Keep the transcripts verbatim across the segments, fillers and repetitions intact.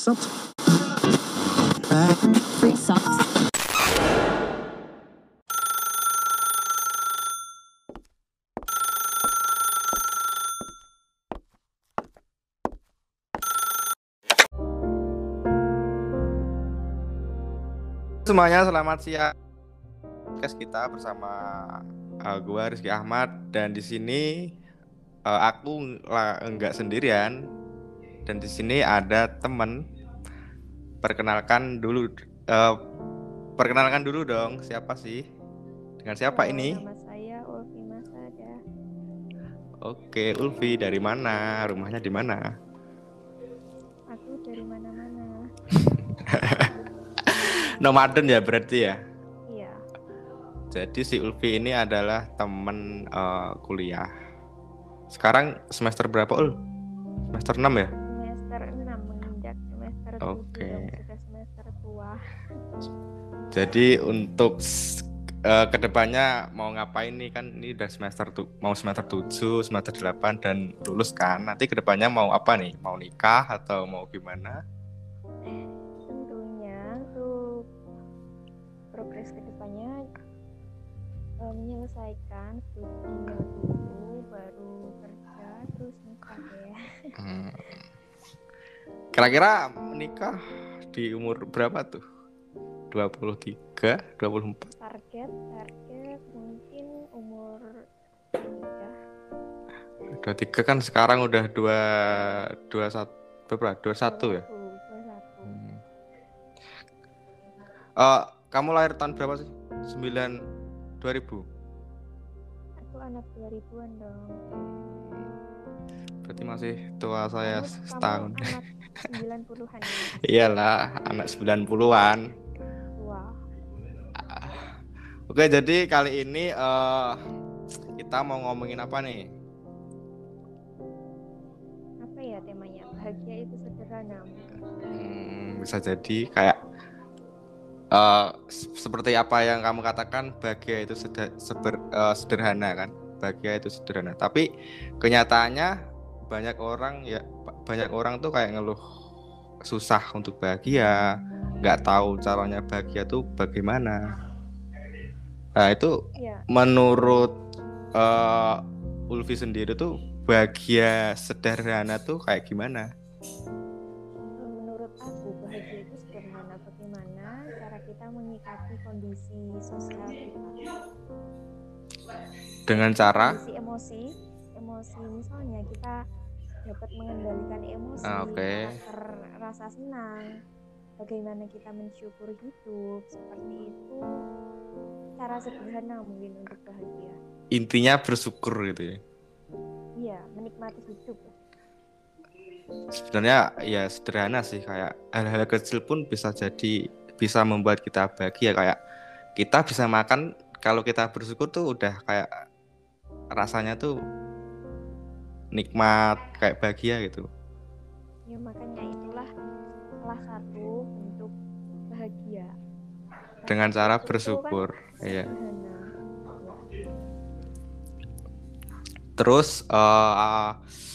Semuanya selamat siang. Podcast kita bersama uh, gua Rizky Ahmad, dan di sini uh, aku la- enggak sendirian, dan di sini ada temen. Perkenalkan dulu, uh, perkenalkan dulu dong, siapa sih? Dengan siapa Halo, ini? nama saya Ulfi Masada. Oke, Ulfi, dari mana? Rumahnya di mana? Aku dari mana-mana. Nomaden ya berarti ya. Iya. Jadi si Ulfi ini adalah temen uh, kuliah. Sekarang semester berapa, Ul? Semester enam ya? Semester enam menginjak semester tujuh Oke. dan sudah semester tua. Jadi untuk uh, kedepannya mau ngapain nih, kan ini udah semester tu- mau semester tujuh, semester delapan dan lulus kan. Nanti kedepannya mau apa nih? Mau nikah atau mau gimana? Tentunya untuk progres kedepannya eh, menyelesaikan studinya dulu, baru kerja, terus nikah ya. Hmm. Kira-kira nikah di umur berapa tuh? dua puluh tiga, dua puluh empat? Target, target mungkin umur tiga. dua puluh tiga kan sekarang udah dua puluh satu, berapa? dua puluh satu ya? dua puluh satu. Hmm. Uh, kamu lahir tahun berapa sih? sembilan dua ribu? Aku anak dua ribuan dong. Berarti masih tua saya Kamu, setahun. kamu anak sembilan puluhan ya? Iyalah, anak sembilan puluhan. Wah. Oke, jadi kali ini uh, kita mau ngomongin apa nih? Apa ya temanya? Bahagia itu sederhana. Hmm, bisa jadi kayak uh, seperti apa yang kamu katakan, bahagia itu seder, seber, uh, sederhana kan? Bahagia itu sederhana. Tapi kenyataannya banyak orang ya, banyak orang tuh kayak ngeluh susah untuk bahagia, nggak tahu caranya bahagia tuh bagaimana. Nah itu Ya. menurut uh, Ulfi sendiri tuh bahagia sederhana tuh kayak gimana? Menurut aku bahagia itu sederhana. Bagaimana cara kita mengikapi kondisi sosial kita? Dengan cara? Kondisi emosi, emosi misalnya kita dapat mengendalikan emosi, Ah, oke. karakter rasa senang, bagaimana kita mensyukur hidup, seperti itu. Cara sederhana mungkin untuk bahagia. Intinya bersyukur gitu ya. Iya, menikmati hidup. Sebenarnya ya sederhana sih, kayak hal-hal kecil pun bisa jadi bisa membuat kita bahagia. Kayak kita bisa makan, kalau kita bersyukur tuh udah kayak rasanya tuh nikmat, kayak bahagia gitu. Ya makanya itulah salah satu bentuk bahagia. Dengan cara Itu bersyukur, kan iya. sederhana. Terus uh,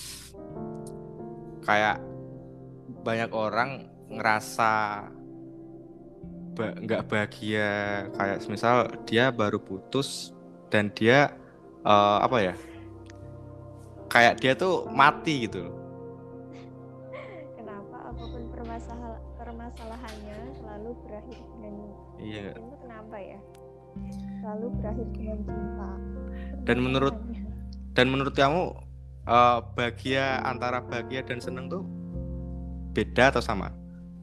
kayak banyak orang ngerasa ba- nggak bahagia, kayak misal dia baru putus dan dia uh, apa ya, kayak dia tuh mati gitu. Kenapa apapun permasalahan permasalahannya selalu berakhir dengan Iya. itu kenapa ya? Selalu berakhir dengan cinta. Dan menurut dan menurut kamu uh, bahagia, antara bahagia dan seneng tuh beda atau sama?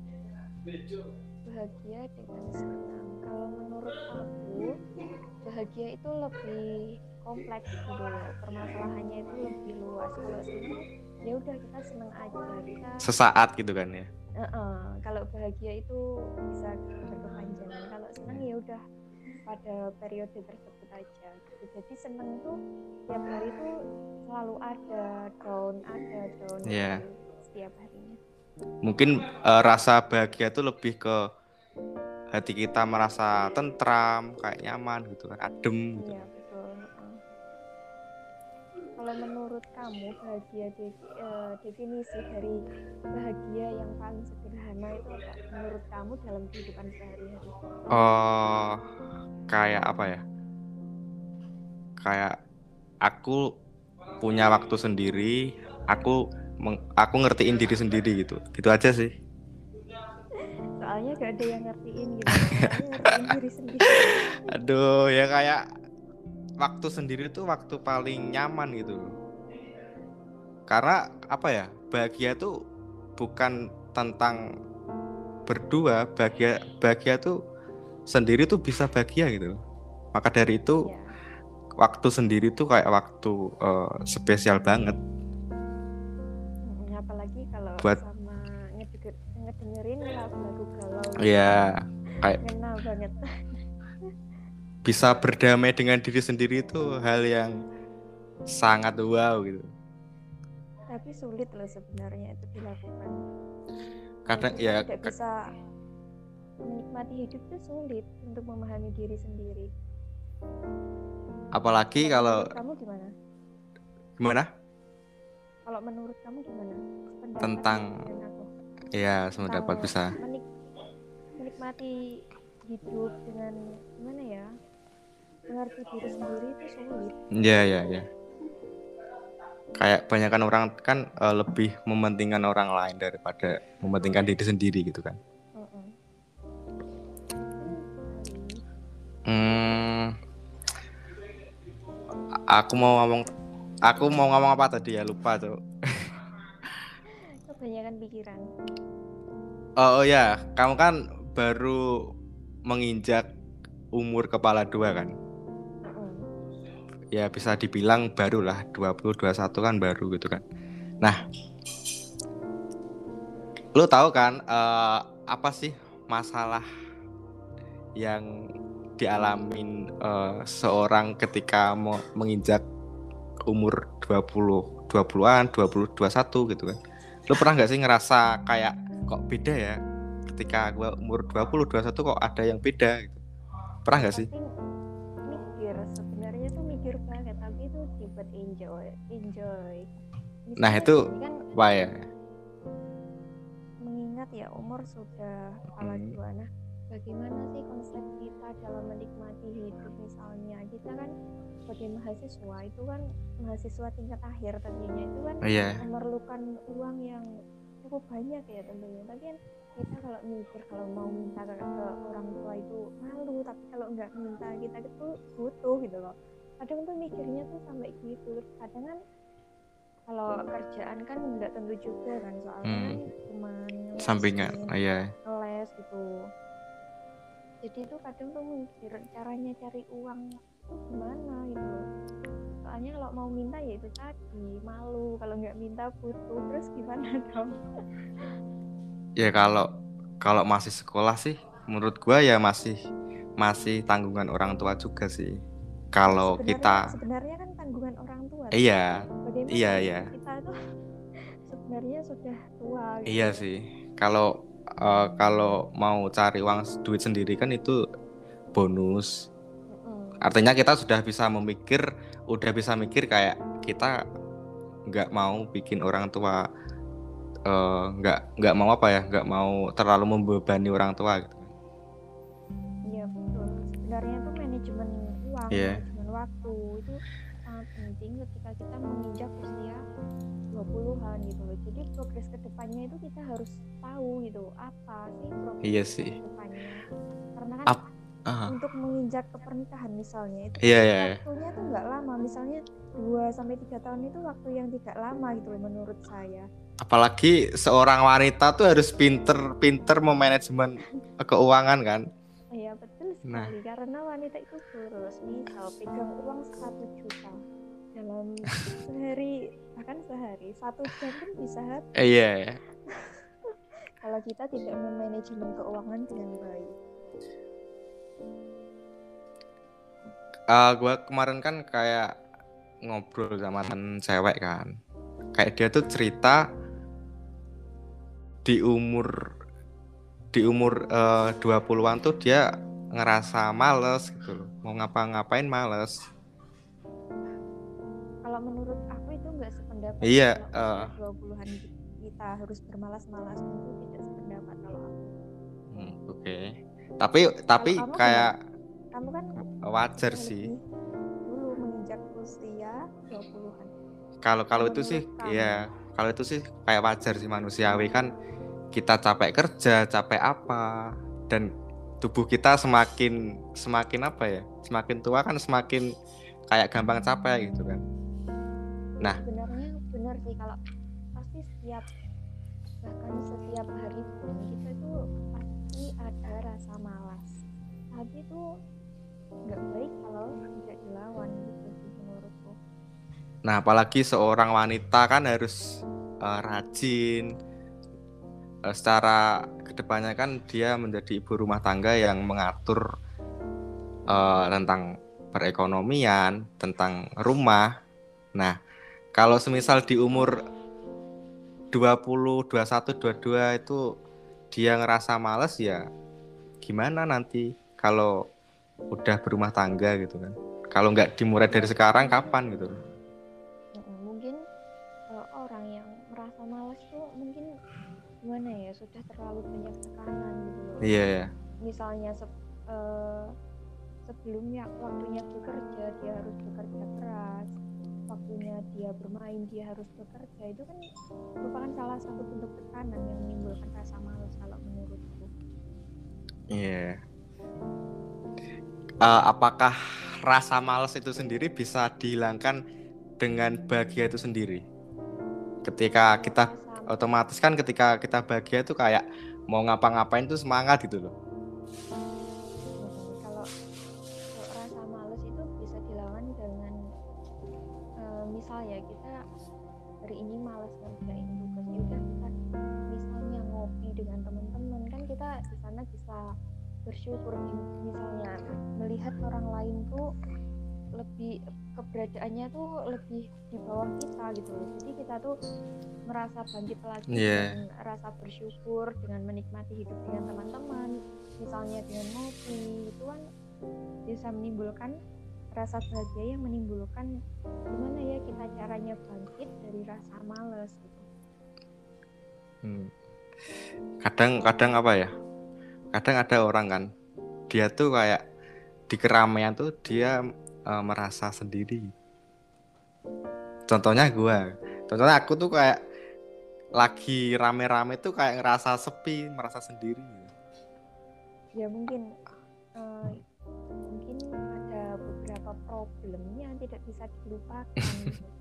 Bahagia dengan senang. Kalau menurut aku bahagia itu lebih kompleks gitu loh. Permasalahannya itu lebih luas. Kalau senang ya udah kita senang aja. Kita sesaat gitu kan ya. Uh-uh. Kalau bahagia itu bisa berkepanjangan. Kalau senang ya udah pada periode tersebut aja gitu. Jadi senang itu setiap hari itu selalu ada, down ada, down yeah. setiap harinya. Mungkin uh, rasa bahagia itu lebih ke hati kita merasa tentram, kayak nyaman gitu kan, adem gitu. Iya betul. Uh. Kalau kalau menurut kamu bahagia de, uh, definisi dari bahagia yang paling sederhana itu apa? Menurut kamu dalam kehidupan sehari-hari? Oh, kayak apa ya? Kayak aku punya waktu sendiri, aku meng- aku ngertiin diri sendiri gitu. Gitu aja sih. Soalnya gak ada yang ngertiin gitu. Soalnya ngertiin diri sendiri. Aduh, ya kayak waktu sendiri tuh waktu paling nyaman gitu. Karena apa ya? Bahagia tuh bukan tentang berdua, bahagia bahagia tuh sendiri tuh bisa bahagia gitu. Maka dari itu Ya. waktu sendiri tuh kayak waktu uh, spesial banget. Hmm, apalagi kalau Buat sama ngedenger, ngedengerin lagu-lagu galau. ya kayak ngena banget. bisa berdamai dengan diri sendiri itu hal yang sangat wow gitu. Tapi sulit loh sebenarnya itu dilakukan. Kadang kita ya tidak bisa menikmati hidup itu sulit untuk memahami diri sendiri. Apalagi kalau, kalau kamu gimana? Gimana? Kalau menurut kamu gimana? Pendapat Tentang dengan aku. Ya, sependapat bisa. Menik, menikmati hidup dengan gimana ya? Mengerti diri sendiri itu sulit. Iya, iya, iya. Kayak banyakkan orang kan uh, lebih mementingkan orang lain daripada mementingkan diri sendiri gitu kan. Uh-uh. Hmm, aku mau ngomong, aku mau ngomong apa tadi ya, lupa tuh. Kebanyakan pikiran. Oh, oh ya, kamu kan baru menginjak umur kepala dua kan? Uh-uh. Ya bisa dibilang baru lah, dua puluh, dua puluh satu kan baru gitu kan. Nah, lu tahu kan uh, apa sih masalah yang dialamin uh, seorang ketika mau menginjak umur dua puluh, dua puluhan, dua puluh, dua puluh satu gitu kan. Lu pernah gak sih ngerasa kayak kok beda ya ketika gua umur dua puluh, dua puluh satu kok ada yang beda gitu. Pernah gak sih? Mikir, sebenarnya tuh mikir banget, tapi itu dibuat enjoy, enjoy. Misalnya nah itu kan why ya? Mengingat ya umur sudah kepala Hmm. dua, nah bagaimana sih konsep kita dalam menikmati hidup? Misalnya kita kan sebagai mahasiswa itu kan mahasiswa tingkat akhir tentunya itu kan Oh, yeah. memerlukan uang yang cukup banyak ya tentunya. Tapi kan kita kalau mikir kalau mau minta ke, ke orang tua itu malu, tapi kalau nggak minta kita itu butuh gitu loh. Kadang tuh mikirnya tuh sampai gitu. Kadang kan kalau kerjaan kan nggak tentu juga kan, soalnya Hmm. kan cuma sampingan, oh, yeah. les gitu. Jadi tuh kadang tuh mikir caranya cari uang itu gimana gitu. Soalnya kalau mau minta ya itu tadi malu, kalau nggak minta butuh, terus gimana dong? Ya kalau kalau masih sekolah sih, menurut gua ya masih masih tanggungan orang tua juga sih. Kalau sebenarnya, kita sebenarnya kan tanggungan orang tua. Iya, bagaimana iya, iya. Kita tuh sebenarnya sudah tua. Gitu. Iya sih. Kalau uh, kalau mau cari uang duit sendiri kan itu bonus. Mm-mm. Artinya kita sudah bisa memikir, udah bisa mikir kayak kita nggak mau bikin orang tua uh, nggak nggak mau apa ya, nggak mau terlalu membebani orang tua gitu. Iya betul. Sebenarnya tuh manajemen uang, yeah. manajemen waktu itu sangat penting ketika kita menginjak usia dua puluhan gitu loh. Jadi progres kedepannya itu kita harus tahu gitu apa sih progres iya sih. kedepannya. Karena kan Up. Uh. untuk menginjak ke pernikahan misalnya itu yeah, yeah, waktunya tuh nggak lama. Misalnya dua sampai tiga tahun itu waktu yang tidak lama gitu loh menurut saya. Apalagi seorang wanita tuh harus pinter-pinter memanajemen keuangan kan. Iya betul sekali. Nah. Karena wanita itu boros. Misal pegang uang satu juta dalam sehari, bahkan sehari satu jam pun bisa habis. Iya. Yeah, yeah. Kalau kita tidak memanajemen keuangan dengan baik. Uh, gue kemarin kan kayak ngobrol sama temen cewek kan, kayak dia tuh cerita di umur di umur uh, dua puluhan tuh dia ngerasa males gitu loh, mau ngapa-ngapain males. Kalau menurut aku nggak sependapat Iya, kalau uh, usia dua puluhan kita harus bermalas-malas, itu tidak sependapat kalau aku. hmm, oke. Okay. Tapi tapi Kalau kamu kayak gimana? Kamu kan wajar udah sih. lebih dulu menginjak usia dua puluhan. Kalau kalau itu Menurut sih kamu? ya, kalau itu sih kayak wajar sih, manusiawi kan, kita capek kerja, capek apa, dan tubuh kita semakin semakin apa ya? Semakin tua kan semakin kayak gampang capek gitu kan. Ya, Nah, sebenarnya benar sih, kalau pasti setiap bahkan setiap hari pun kita tuh pasti ada rasa malas. Tapi itu nggak baik kalau tidak dilawan gitu sih menurutku. nah apalagi seorang wanita kan harus uh, rajin. Uh, secara kedepannya kan dia menjadi ibu rumah tangga yang mengatur uh, tentang perekonomian, tentang rumah. Nah, kalau semisal di umur dua puluh, dua puluh satu, dua puluh dua itu dia ngerasa males, ya gimana nanti kalau udah berumah tangga gitu kan. Kalau nggak dimulai dari sekarang, kapan gitu. Mungkin uh, orang yang merasa malas tuh mungkin gimana ya, sudah terlalu banyak tekanan gitu loh. Iya ya. Misalnya se- uh, sebelumnya waktunya bekerja dia harus bekerja keras, waktunya dia bermain dia harus bekerja, itu kan merupakan salah satu bentuk tekanan yang menimbulkan rasa malas kalau menurutku. Iya. Uh, apakah rasa malas itu sendiri bisa dihilangkan dengan bahagia itu sendiri? Ketika kita otomatis kan ketika kita bahagia itu kayak mau ngapa-ngapain tuh semangat gitu loh. Kalau rasa malas itu bisa dilawan dengan uh, misal ya, kita hari ini malas ngerjain tugas, ya udah kita misalnya ngopi dengan teman-teman, kan kita di sana bisa bersyukur, misalnya melihat orang lain tuh lebih keberadaannya tuh lebih di bawah kita gitu loh. Jadi kita tuh merasa bangkit lagi yeah. dengan rasa bersyukur, dengan menikmati hidup dengan teman-teman, misalnya dengan ngopi, itu kan bisa menimbulkan rasa bahagia yang menimbulkan gimana ya kita caranya bangkit dari rasa malas gitu. Hmm. Kadang-kadang apa ya? Kadang ada orang kan, dia tuh kayak di keramaian tuh dia uh, merasa sendiri. Contohnya gue, contohnya aku tuh kayak lagi rame-rame tuh kayak ngerasa sepi, merasa sendiri. Ya mungkin uh, mungkin ada beberapa problem yang tidak bisa dilupakan.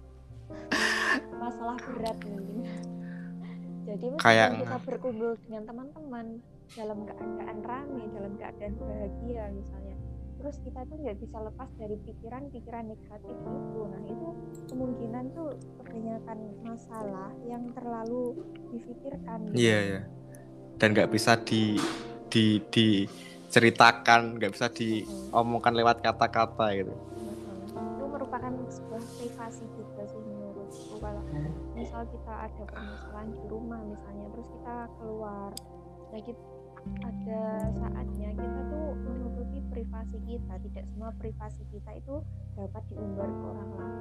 Masalah berat mungkin. Jadi meskipun kayak kita berkumpul dengan teman-teman dalam keadaan ramai, dalam keadaan bahagia misalnya, terus kita tuh nggak bisa lepas dari pikiran-pikiran negatif itu. Nah itu kemungkinan tuh kebanyakan masalah yang terlalu difikirkan. Iya gitu. Yeah, yeah. Dan nggak bisa di di diceritakan, nggak bisa diomongkan lewat kata-kata gitu. Itu merupakan sebuah privasi juga sih menurutku. Kalau misal kita ada permasalahan di rumah misalnya, terus kita keluar, nah kita ada saatnya kita tuh menutupi privasi kita. Tidak semua privasi kita itu dapat diumbar ke orang lain.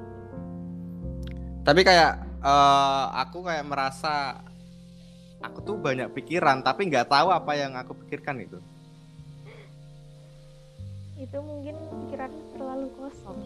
Tapi kayak uh, aku kayak merasa aku tuh banyak pikiran, tapi nggak tahu apa yang aku pikirkan itu. Itu mungkin pikiran terlalu kosong.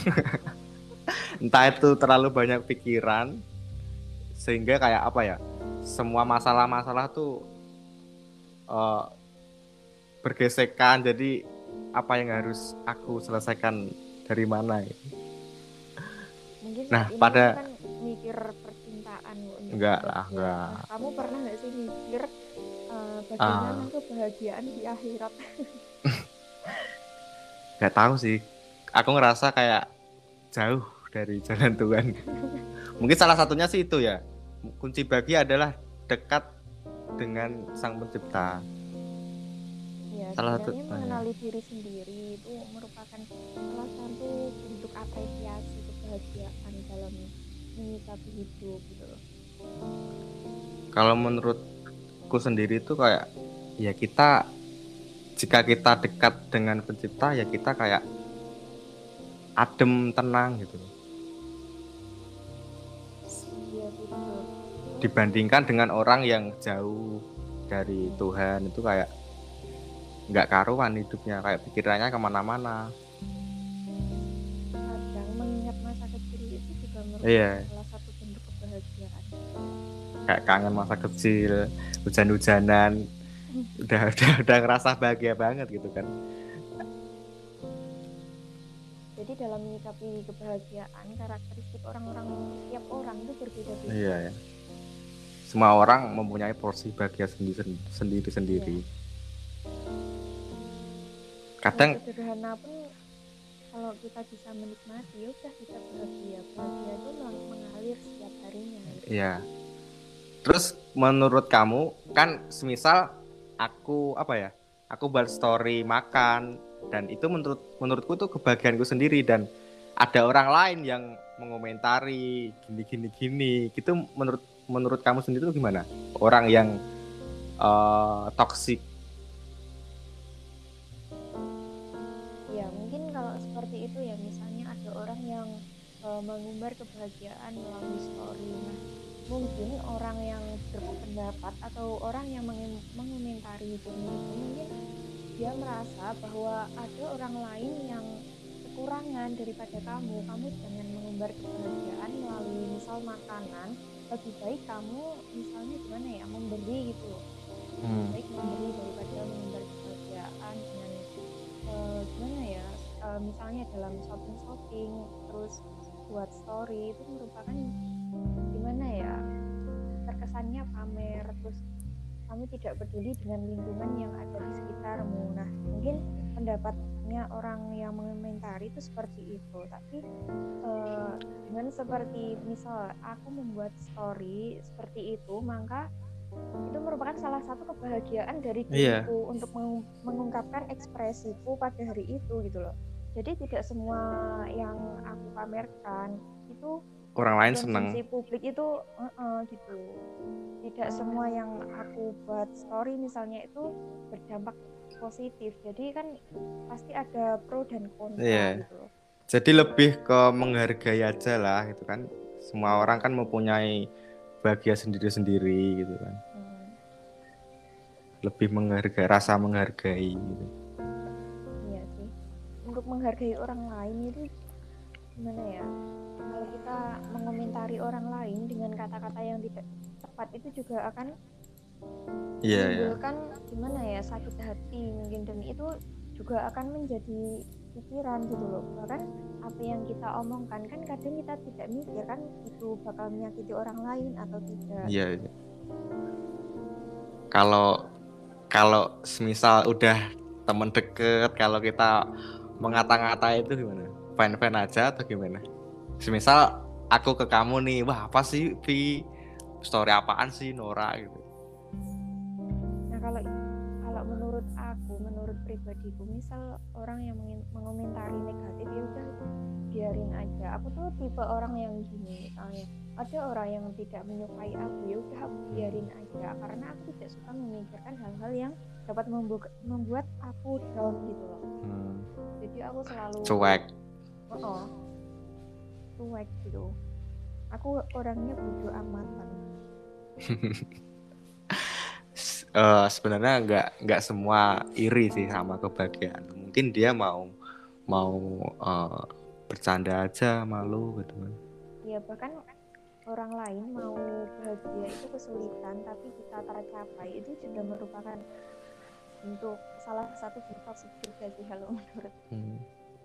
Entah itu terlalu banyak pikiran sehingga kayak apa ya, semua masalah-masalah tuh uh, bergesekan, jadi apa yang harus aku selesaikan dari mana ya? Mungkin nah pada kan mikir percintaan enggak lah enggak. Nah, kamu pernah nggak sih mikir uh, bagaimana uh, kebahagiaan di akhirat? Nggak tahu sih, aku ngerasa kayak jauh dari jalan Tuhan. Mungkin salah satunya sih itu ya, kunci bahagia adalah dekat dengan Sang Pencipta. Ya, salah satu mengenali ya. Diri sendiri itu merupakan salah satu bentuk apresiasi kebahagiaan dalam menyikapi hidup gitu loh. Kalau menurutku sendiri itu kayak ya kita, jika kita dekat dengan Pencipta ya kita kayak adem, tenang gitu. dibandingkan dengan orang yang jauh dari Tuhan itu kayak nggak karuan hidupnya, kayak pikirannya kemana-mana. Kadang mengingat masa kecil itu juga merupakan Iya. salah satu bentuk kebahagiaan. Kayak kangen masa kecil, hujan-hujanan, udah udah udah ngerasa bahagia banget gitu kan. Jadi dalam menyikapi kebahagiaan, karakteristik orang-orang tiap orang itu berbeda-beda. Iya ya. Semua orang mempunyai porsi bahagia sendiri-sendiri. Iya. Kadang Hal sederhana pun kalau kita bisa menikmati, ya udah kita bahagia. Bahagia itu mengalir setiap harinya. Iya. Terus menurut kamu kan semisal aku apa ya? Aku buat story makan dan itu menurut menurutku tuh kebahagiaanku sendiri, dan ada orang lain yang mengomentari gini gini gini. Gitu menurut menurut kamu sendiri tuh gimana? Orang yang uh, toksik. Ya mungkin kalau seperti itu ya, misalnya ada orang yang uh, mengumbar kebahagiaan melalui story. Nah, mungkin orang yang berpendapat atau orang yang mengomentari itu mungkin dia merasa bahwa ada orang lain yang kekurangan daripada kamu. Kamu jangan mengumbar kebahagiaan melalui misal makanan. Lebih baik kamu misalnya gimana ya, memberi gitu loh. Hmm. Baik memberi daripada mengumbar kebahagiaan dengan uh, gimana ya, uh, misalnya dalam shopping-shopping terus buat story, itu merupakan gimana ya, terkesannya pamer, terus kamu tidak peduli dengan lingkungan yang ada di sekitarmu. Nah mungkin pendapatnya orang yang mengomentari itu seperti itu, tapi eh, dengan seperti misal aku membuat story seperti itu, maka itu merupakan salah satu kebahagiaan dari diriku. Yeah. Untuk meng- mengungkapkan ekspresiku pada hari itu gitu loh. Jadi tidak semua yang aku pamerkan itu orang lain senang. Konsumsi publik itu uh-uh, gitu. Tidak semua yang aku buat story misalnya itu berdampak positif. Jadi kan pasti ada pro dan kontra. Yeah. Gitu loh. Jadi lebih ke menghargai aja lah gitu kan. Semua orang kan mempunyai bahagia sendiri-sendiri gitu kan. Hmm. Lebih menghargai, rasa menghargai gitu. Iya sih. Untuk menghargai orang lain itu gimana ya? Kalau kita mengomentari orang lain dengan kata-kata yang tidak tepat itu juga akan yeah, menimbulkan yeah. gimana ya, sakit hati mungkin, dan itu juga akan menjadi pikiran gitu loh. Bahkan apa yang kita omongkan kan kadang kita tidak mikir kan itu bakal menyakiti orang lain atau tidak. Iya. Yeah, yeah. Kalau kalau semisal udah teman deket, kalau kita mengata-ngata itu gimana? Fine-fine aja atau gimana? Semisal aku ke kamu nih, wah apa sih Vi, story apaan sih Nora gitu. Nah kalau kalau menurut aku, menurut pribadiku, misal orang yang mengomentari negatif ya udah biarin aja. Aku tuh tipe orang yang gini, misalnya ada orang yang tidak menyukai aku, ya udah aku biarin aja, karena aku tidak suka memikirkan hal-hal yang dapat membuat membuat aku down gitu loh. Hmm. Jadi aku selalu cuek. Oh. cuek gitu. Aku orangnya bodo amatan. uh, sebenarnya nggak nggak semua iri sih sama kebahagiaan. Mungkin dia mau mau uh, bercanda aja, malu gitu kan. Ya bahkan orang lain mau bahagia itu kesulitan, tapi kita tercapai itu juga merupakan untuk salah satu bentuk juga sih kalau menurut. Hmm.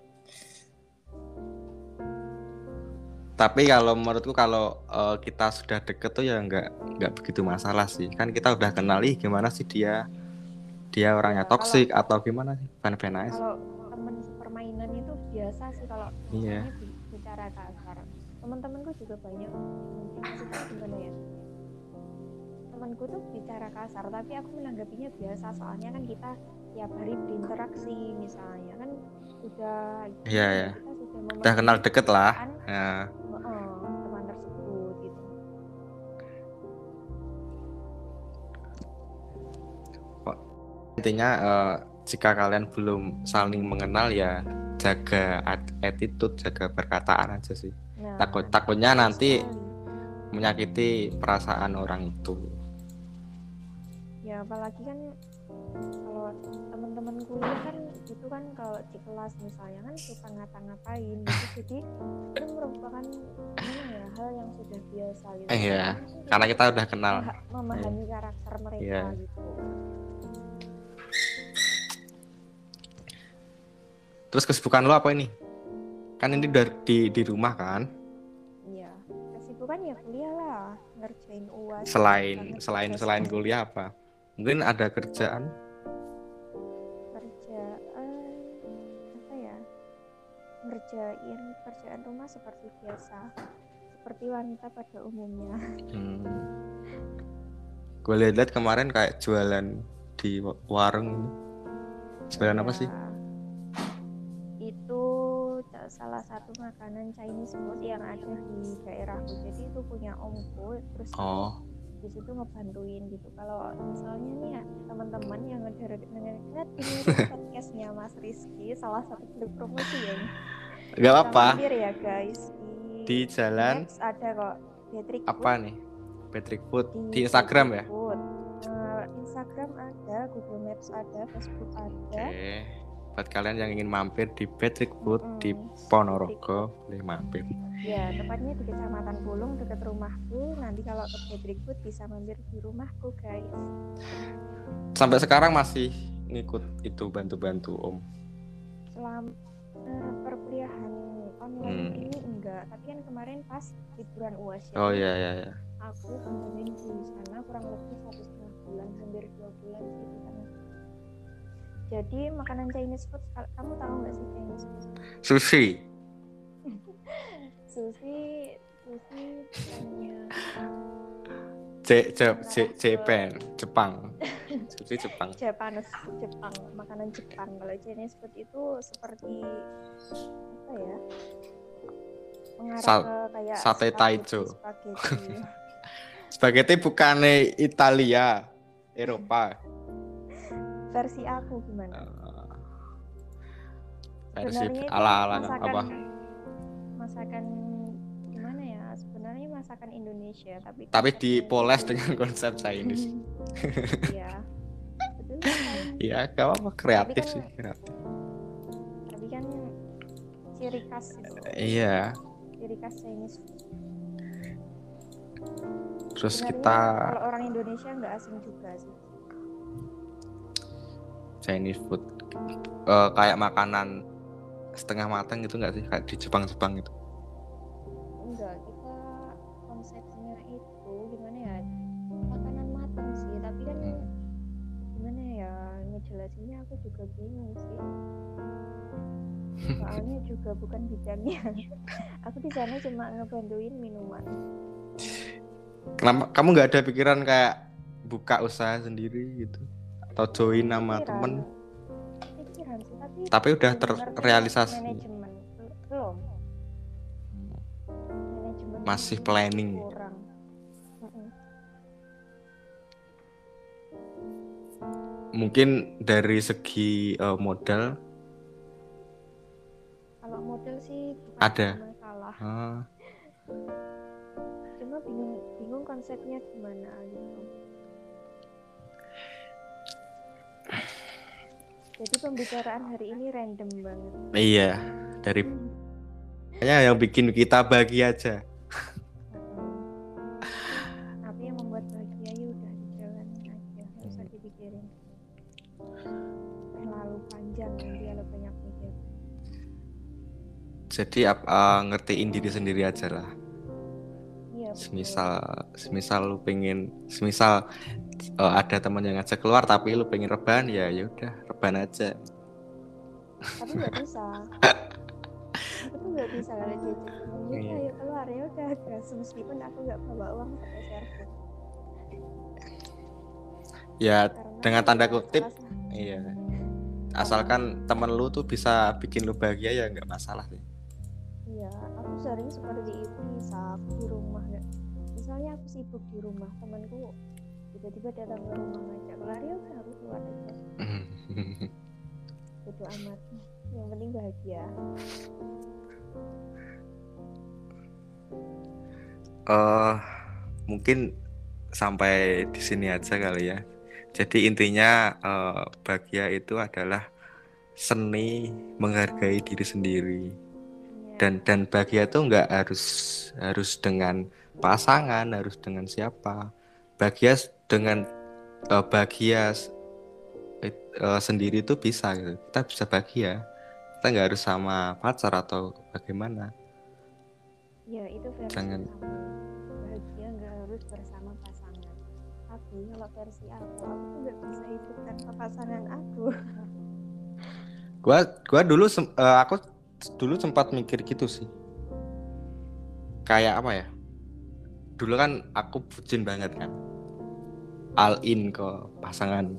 Tapi kalau menurutku kalau uh, kita sudah deket tuh ya nggak nggak begitu masalah sih. Kan kita udah kenal, ih gimana sih dia dia orangnya ya, toksik atau gimana sih, fan-fan aja. Kalau teman permainan itu biasa sih kalau yeah. bicara kasar. Teman-temanku juga banyak mungkin maksudnya gimana ya, temanku tuh bicara kasar tapi aku menanggapinya biasa, soalnya kan kita tiap hari berinteraksi misalnya kan udah yeah, ya, yeah. kita sudah, udah kenal deket lah ya. Uh, teman tersebut gitu. Intinya uh, jika kalian belum saling mengenal ya jaga attitude, jaga perkataan aja sih. Nah, takut takutnya nanti menyakiti perasaan orang itu. Ya apalagi kan kalau teman-teman kuliah kan gitu kan, kalau di kelas misalnya kan suka ngata-ngatain gitu, jadi itu merupakan gimana ya, hal yang sudah biasa gitu. Eh ya, Karena karena kita kita udah kenal. meha- memahami karakter mereka Iya. gitu. Terus kesibukan lo apa ini? Kan ini udah di di rumah kan? Iya, kesibukan ya kuliah lah, ngerjain U A S. Selain banget selain tugasnya. selain kuliah apa? Mungkin ada kerjaan? Kerjaan apa ya, ngerjain kerjaan rumah seperti biasa, seperti wanita pada umumnya. Hmm. Gue lihat kemarin kayak jualan di warung. Jualan Ya, apa sih? itu salah satu makanan Chinese food yang ada di daerahku. Jadi itu punya omku, terus Oh. di situ ngebantuin gitu. Kalau misalnya nih ya, teman-teman yang dengerin podcastnya Mas Rizky, salah satu bentuk promosi ya ini. Gak apa-apa. Mampir ya guys Di di, jalan Maps ada kok Patrick apa Food. nih? Patrick Food Di, di Instagram ya? Patrick Food. Uh, Instagram ada, Google Maps ada, Facebook ada. Oke. Buat kalian yang ingin mampir di Patrick Food Mm-mm. di Ponorogo, boleh mampir. Ya, tepatnya di Kecamatan Pulung dekat rumahku. Nanti kalau ke Patrick Food bisa mampir di rumahku, guys. Sampai sekarang masih ngikut itu bantu-bantu Om. Selama uh, perkuliahan online Hmm. ini enggak, tapi kan kemarin pas liburan U A S ya. Oh iya iya iya. Aku bantuin di sana kurang lebih satu setengah bulan, hampir dua bulan sih di sana. Jadi makanan Chinese food, kamu tahu nggak sih Chinese food? Sushi. Sushi, sushi bukannya J J J Jepang, Jepang. Sushi Jepang. Japanese, Jepang, makanan Jepang. Kalau Chinese food itu seperti apa ya? Mengarah Sa- ke kayak sate spaghetti, Taicho. spaghetti. Spaghetti bukannya Italia, Eropa. Versi aku gimana? Uh, versi Sebenarnya itu ala-ala masakan, apa? masakan gimana ya? Sebenarnya masakan Indonesia, tapi Tapi konsepnya dipoles itu- dengan konsep Chinese. Iya, betul sekali. Iya, gak apa-apa, kreatif Tapi kan- sih, kreatif. Tapi kan ciri khas itu, Iya. ciri khas Chinese food. Terus Sebenarnya kita kalau orang Indonesia nggak asing juga sih. Chinese food Eh, kayak makanan setengah matang gitu nggak sih, kayak di Jepang-Jepang gitu? Enggak, kita konsepnya itu gimana ya, makanan matang sih, tapi kan Hmm. gimana ya ngejelasinnya, aku juga bingung sih, soalnya juga bukan bidangnya. Aku di sana cuma ngebantuin minuman. Kenapa kamu nggak ada pikiran kayak buka usaha sendiri gitu, atau join nama Pikiran, temen? pikiran sih, tapi Tapi udah belum ngerti terrealisasi. manajemen. Belum, manajemen Masih planning. kurang. Mm-mm. Mungkin dari segi uh, modal Kalau model sih bukan Ada. masalah, ah, cuma bingung bingung konsepnya gimana gitu. Jadi pembicaraan hari ini random banget. iya, dari kayaknya yang bikin kita bahagia aja. Mm-mm. Tapi yang membuat bahagia ya udah dijalanin aja, nggak usah dipikirin terlalu panjang, nanti kalau banyak mikir. Jadi ap- uh, ngertiin diri sendiri aja lah. Iya betul. Semisal, semisal lu pengen, semisal uh, ada teman yang ngajak keluar tapi lu pengen rebahan, ya ya udah rebahan aja. Tapi nggak bisa. Aku tuh nggak bisa kalau diajak temen gitu, Iya. ayo keluar, ya udah gas, meskipun aku nggak bawa uang sepeser pun. Ya Karena dengan tanda ya kutip, salah- iya. Asalkan temen lu tuh bisa bikin lu bahagia ya nggak masalah sih. Iya, aku sering seperti itu. Misal aku di rumah ya, misalnya aku sibuk di rumah, temanku tiba-tiba datang ke rumah ngajak keluar, ya udah aku keluar aja, bodo amat, yang penting bahagia. Eh mungkin sampai di sini aja kali ya. Jadi intinya uh, bahagia itu adalah seni menghargai diri sendiri. Ya, Dan dan bahagia itu nggak harus harus dengan pasangan, harus dengan siapa. Bahagia dengan uh, bahagia uh, sendiri itu bisa gitu. Kita bisa bahagia. Kita nggak harus sama pacar atau bagaimana. ya itu versi Jangan. kamu. Bahagia nggak harus bersama pasangan. Tapi kalau versi aku, aku tuh nggak bisa hidup tanpa pasangan aku. Gua gua dulu sem- uh, aku dulu sempat mikir gitu sih. Kayak apa ya? Dulu kan aku bucin banget kan. All in ke pasangan.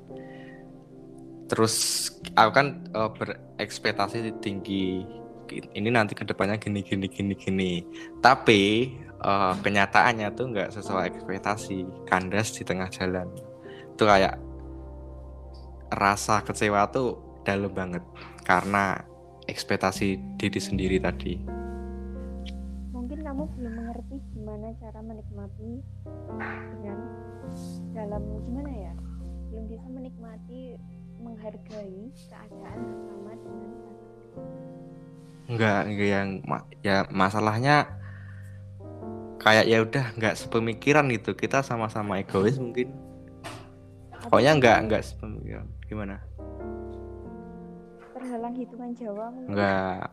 Terus aku kan uh, berekspektasi tinggi, ini nanti kedepannya gini gini gini gini. Tapi uh, kenyataannya tuh nggak sesuai ekspektasi, kandas di tengah jalan. Itu kayak rasa kecewa tuh dalam banget karena ekspektasi diri sendiri tadi. Mungkin kamu belum mengerti gimana cara menikmati dengan dalam gimana ya, belum bisa menikmati, menghargai keadaan bersama dengan pasangan. Enggak, enggak yang ya masalahnya kayak ya udah nggak sepemikiran gitu, kita sama-sama egois mungkin. Pokoknya enggak enggak sepemikiran. Gimana? Terhalang hitungan Jawa mungkin. Enggak.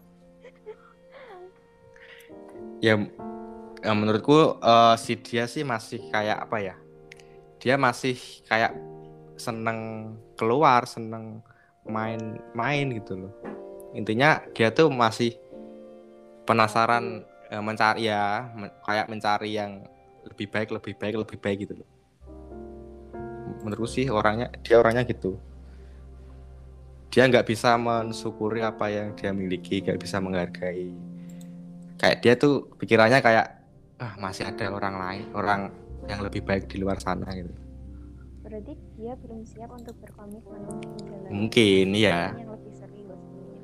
Ya, ya menurutku uh, si dia sih masih kayak apa ya? Dia masih kayak seneng keluar, seneng main-main gitu loh. Intinya dia tuh masih penasaran uh, mencari ya, men- kayak mencari yang lebih baik, lebih baik, lebih baik gitu loh. Menurutku sih orangnya dia orangnya gitu. Dia nggak bisa mensyukuri apa yang dia miliki, nggak bisa menghargai. Kayak dia tuh pikirannya kayak ah masih ada orang lain, orang yang lebih baik di luar sana gitu. Berarti dia belum siap untuk berkomitmen untuk menjalani Mungkin ya. yang lebih serius mungkin.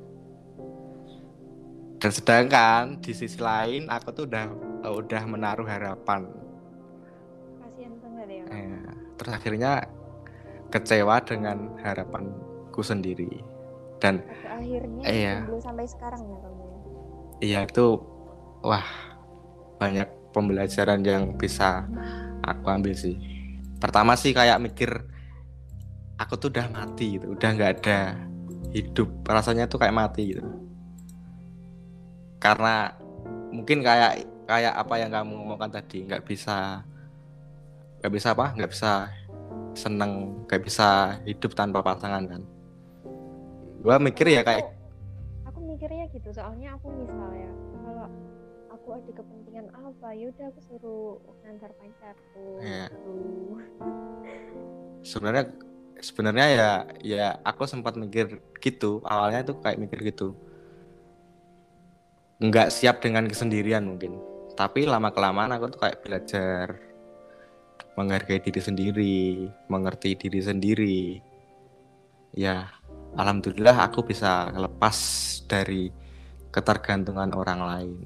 Dan sedangkan di sisi lain aku tuh udah udah menaruh harapan. Kasian banget ya kamu. Eh, terus akhirnya kecewa dengan harapanku sendiri. Dan Pada akhirnya eh, ya, jomblo sampai sekarang ya kamu ya. iya itu wah banyak pembelajaran yang bisa aku ambil sih. Pertama sih kayak mikir aku tuh udah mati gitu, udah nggak ada hidup, rasanya tuh kayak mati gitu. Karena mungkin kayak kayak apa yang kamu ngomongkan tadi, nggak bisa nggak bisa apa, nggak bisa seneng, nggak bisa hidup tanpa pasangan kan. Gua mikir Kalau ya aku, kayak aku mikirnya gitu, soalnya aku misalnya kalau aku ada kepentingan apa, yaudah aku suruh ngantar pacarku. ya, Gitu. sebenarnya sebenarnya ya ya aku sempat mikir gitu awalnya tuh kayak mikir gitu, nggak siap dengan kesendirian mungkin. Tapi lama kelamaan aku tuh kayak belajar menghargai diri sendiri, mengerti diri sendiri. Ya, alhamdulillah aku bisa lepas dari ketergantungan orang lain.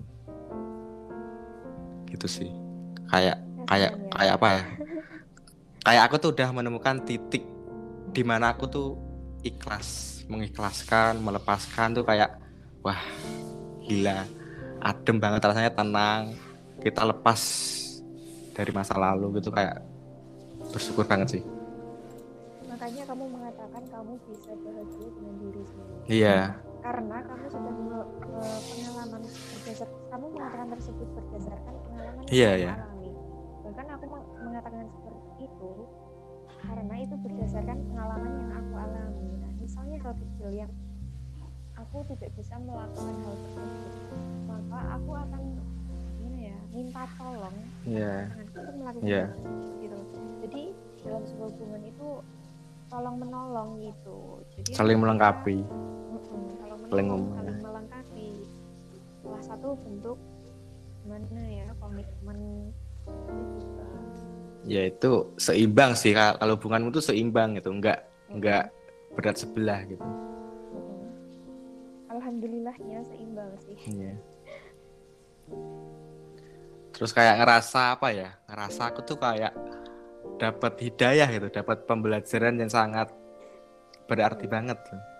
Gitu sih. Kayak kayak Kasian ya. kayak apa ya? Kayak aku tuh udah menemukan titik di mana aku tuh ikhlas, mengikhlaskan, melepaskan tuh kayak wah, gila. Adem banget rasanya, tenang. Kita lepas dari masa lalu gitu, kayak bersyukur banget sih. Makanya kamu mengatakan kamu bisa bahagia dengan diri sendiri. Iya. Karena kamu sudah me- me- pengalaman berdasar, kamu mengatakan tersebut berdasarkan pengalaman yang Iya, kamu iya. alami. Bahkan aku meng- mengatakan seperti itu karena itu berdasarkan pengalaman yang aku alami. Nah, misalnya hal kecil yang aku tidak bisa melakukan hal tersebut, maka aku akan gimana ya, minta tolong Iya. pasanganku untuk melakukan Iya. hal tersebut gitu. Jadi dalam sebuah hubungan itu tolong menolong gitu. Jadi Saling kita, melengkapi. mm-mm, kalau Saling menolong, mem- saling melengkapi. Salah satu bentuk mana ya, komitmen itu juga. Ya itu seimbang sih, kalau hubunganmu tuh seimbang gitu, enggak Mm-mm. enggak berat sebelah gitu. Mm-mm. Alhamdulillahnya seimbang sih. Iya. Terus kayak ngerasa apa ya? Ngerasa aku tuh kayak dapat hidayah gitu, dapat pembelajaran yang sangat berarti banget.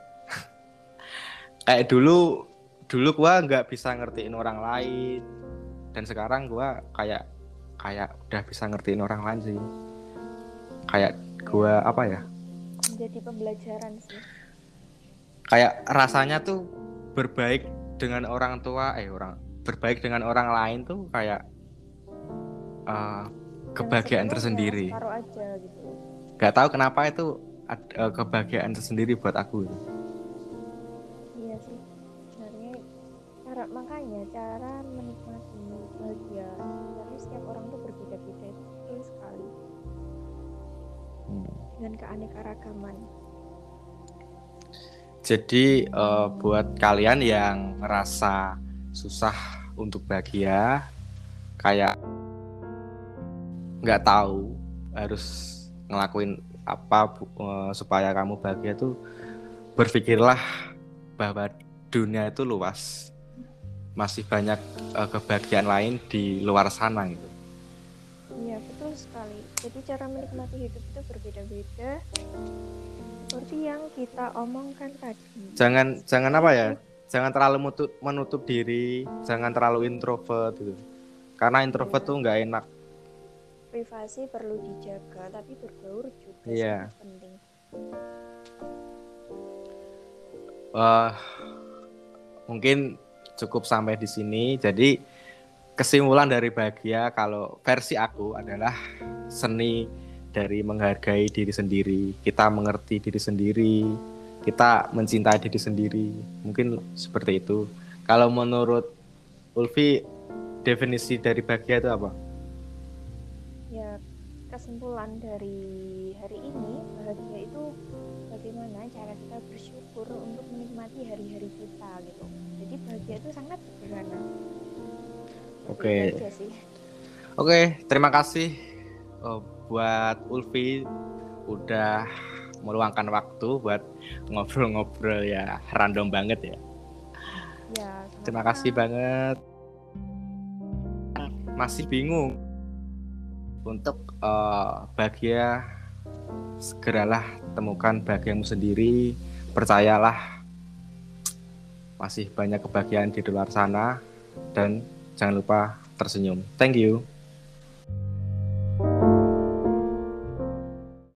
Kayak dulu dulu gua nggak bisa ngertiin orang lain, dan sekarang gua kayak kayak udah bisa ngertiin orang lain sih. Kayak gua apa ya? Menjadi pembelajaran sih. Kayak rasanya tuh berbaik dengan orang tua, eh orang berbaik dengan orang lain tuh kayak uh, kebahagiaan tersendiri. Separuh aja gitu. Gak tahu kenapa itu uh, kebahagiaan tersendiri buat aku. Iya sih. Sebenarnya cara makanya cara menikmati bahagia karena setiap orang tuh berbeda-beda itu betul sekali. Hmm. Dengan keanekaragaman. Jadi uh, buat kalian yang merasa susah untuk bahagia, kayak nggak tahu harus ngelakuin apa uh, supaya kamu bahagia tuh, berpikirlah bahwa dunia itu luas, masih banyak uh, kebahagiaan lain di luar sana gitu. Iya betul sekali. Jadi cara menikmati hidup itu berbeda-beda. Seperti yang kita omongkan tadi. Jangan jangan apa ya? Jangan terlalu menutup, menutup diri, jangan terlalu introvert gitu. Karena introvert ya. Tuh nggak enak. Privasi perlu dijaga, tapi bergaul juga yeah. sangat penting. Uh, mungkin cukup sampai di sini. Jadi kesimpulan dari bahagia kalau versi aku adalah seni dari menghargai diri sendiri, kita mengerti diri sendiri, kita mencintai diri sendiri. Mungkin seperti itu. Kalau menurut Ulfi, definisi dari bahagia itu apa? Ya, kesimpulan dari hari ini, bahagia itu bagaimana cara kita bersyukur untuk menikmati hari-hari kita gitu. Jadi bahagia itu sangat sederhana. Oke. Okay. Oke, okay, terima kasih oh, buat Ulfi udah meluangkan waktu buat ngobrol-ngobrol ya, random banget ya. Ya, terima kasih banget. Masih bingung untuk uh, bahagia, segeralah temukan bahagiamu sendiri. Percayalah masih banyak kebahagiaan di luar sana, dan jangan lupa tersenyum. Thank you.